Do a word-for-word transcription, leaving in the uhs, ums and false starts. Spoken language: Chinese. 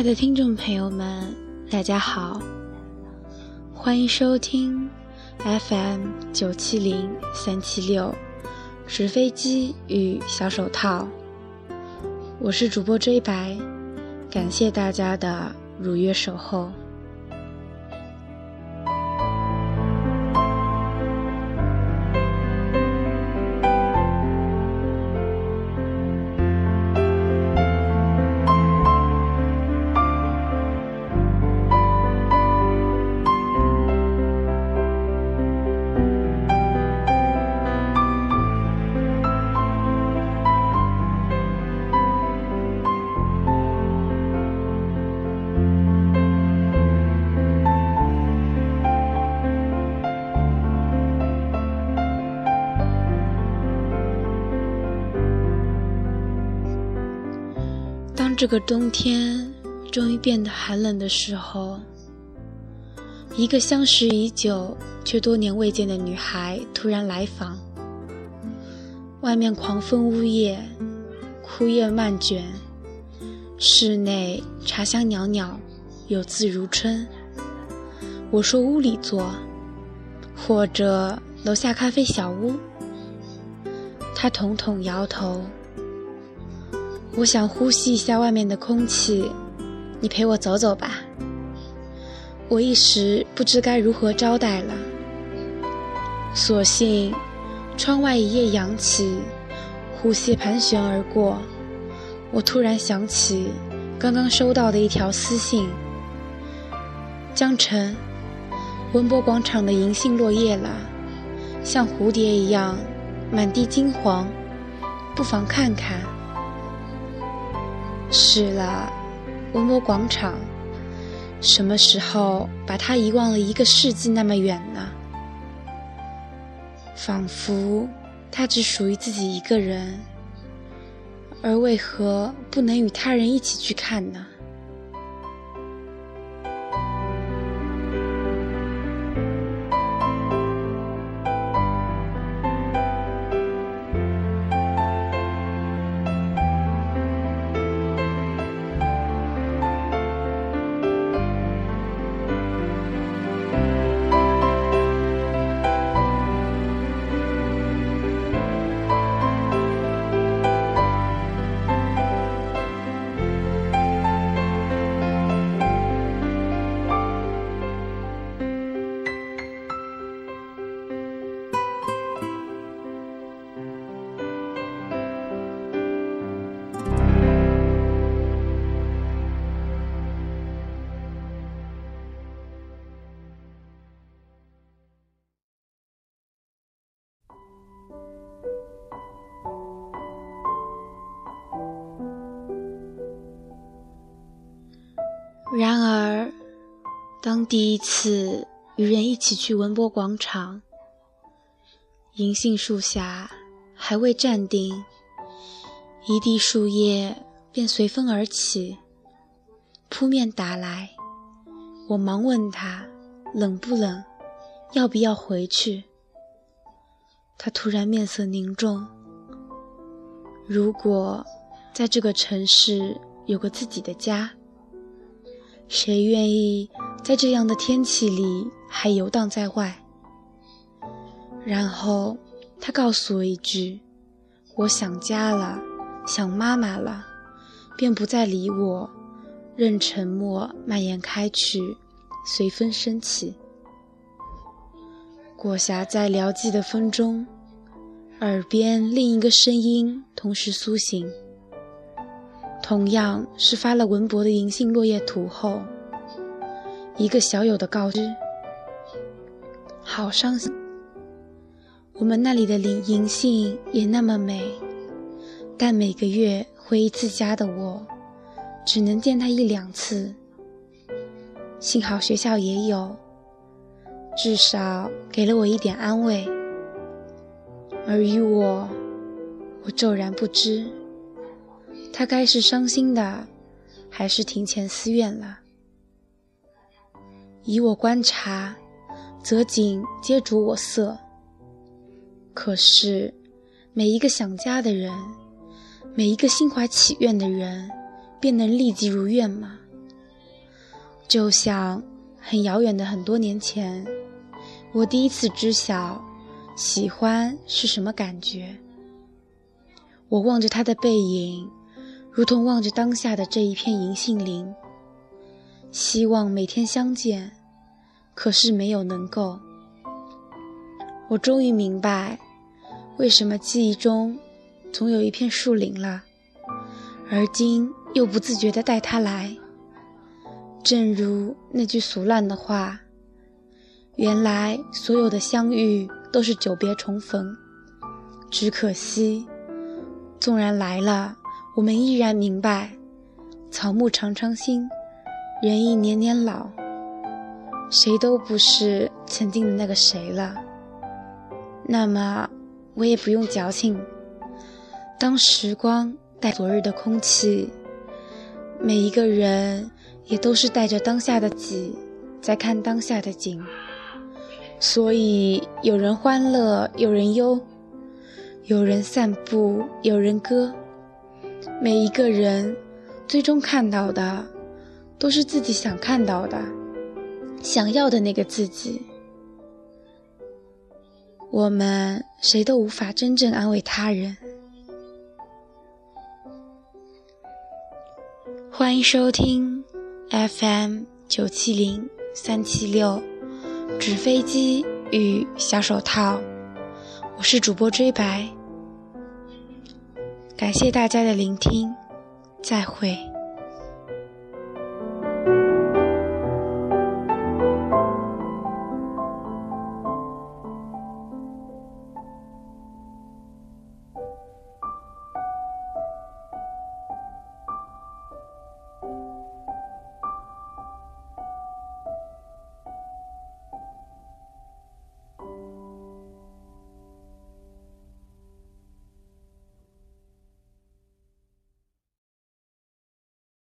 的听众朋友们，大家好，欢迎收听 F M 九七零三七六纸飞机与小手套，我是主播追白，感谢大家的如约守候。当这个冬天终于变得寒冷的时候，一个相识已久却多年未见的女孩突然来访。外面狂风呜咽，枯叶漫卷，室内茶香袅袅，有字如春。我说屋里坐，或者楼下咖啡小屋。她统统摇头。我想呼吸一下外面的空气，你陪我走走吧。我一时不知该如何招待了，所幸窗外一夜扬起，湖蟹盘旋而过。我突然想起刚刚收到的一条私信：江晨，文博广场的银杏落叶了，像蝴蝶一样满地金黄，不妨看看。是了，文博广场，什么时候把它遗忘了一个世纪那么远呢？仿佛它只属于自己一个人，而为何不能与他人一起去看呢？然而，当第一次与人一起去文博广场，银杏树下还未站定，一地树叶便随风而起，扑面打来。我忙问他冷不冷，要不要回去。他突然面色凝重。如果在这个城市有个自己的家，谁愿意在这样的天气里还游荡在外？然后他告诉我一句：我想家了，想妈妈了，便不再理我，任沉默蔓延开去，随风升起。裹挟在辽寂的风中，耳边另一个声音同时苏醒，同样是发了文博的银杏落叶图后，一个小友的告知：好伤心，我们那里的银杏也那么美，但每个月回一次家的我只能见它一两次。幸好学校也有，至少给了我一点安慰。而于我，我骤然不知他该是伤心的，还是庭前思怨了。以我观察，则景皆逐我色。可是每一个想家的人，每一个心怀祈愿的人，便能立即如愿吗？ 就像很遥远的很多年前，我第一次知晓喜欢是什么感觉。我望着他的背影，如同望着当下的这一片银杏林，希望每天相见，可是没有能够。我终于明白，为什么记忆中总有一片树林了，而今又不自觉地带它来。正如那句俗烂的话，原来所有的相遇都是久别重逢，只可惜纵然来了，我们依然明白，草木常常新，人亦年年老，谁都不是曾经的那个谁了。那么我也不用矫情，当时光带昨日的空气，每一个人也都是带着当下的己在看当下的景，所以有人欢乐，有人忧，有人散步，有人歌。每一个人最终看到的都是自己想看到的，想要的那个自己。我们谁都无法真正安慰他人。欢迎收听 F M 九七零三七六纸飞机与小手套，我是主播追白，感谢大家的聆听，再会。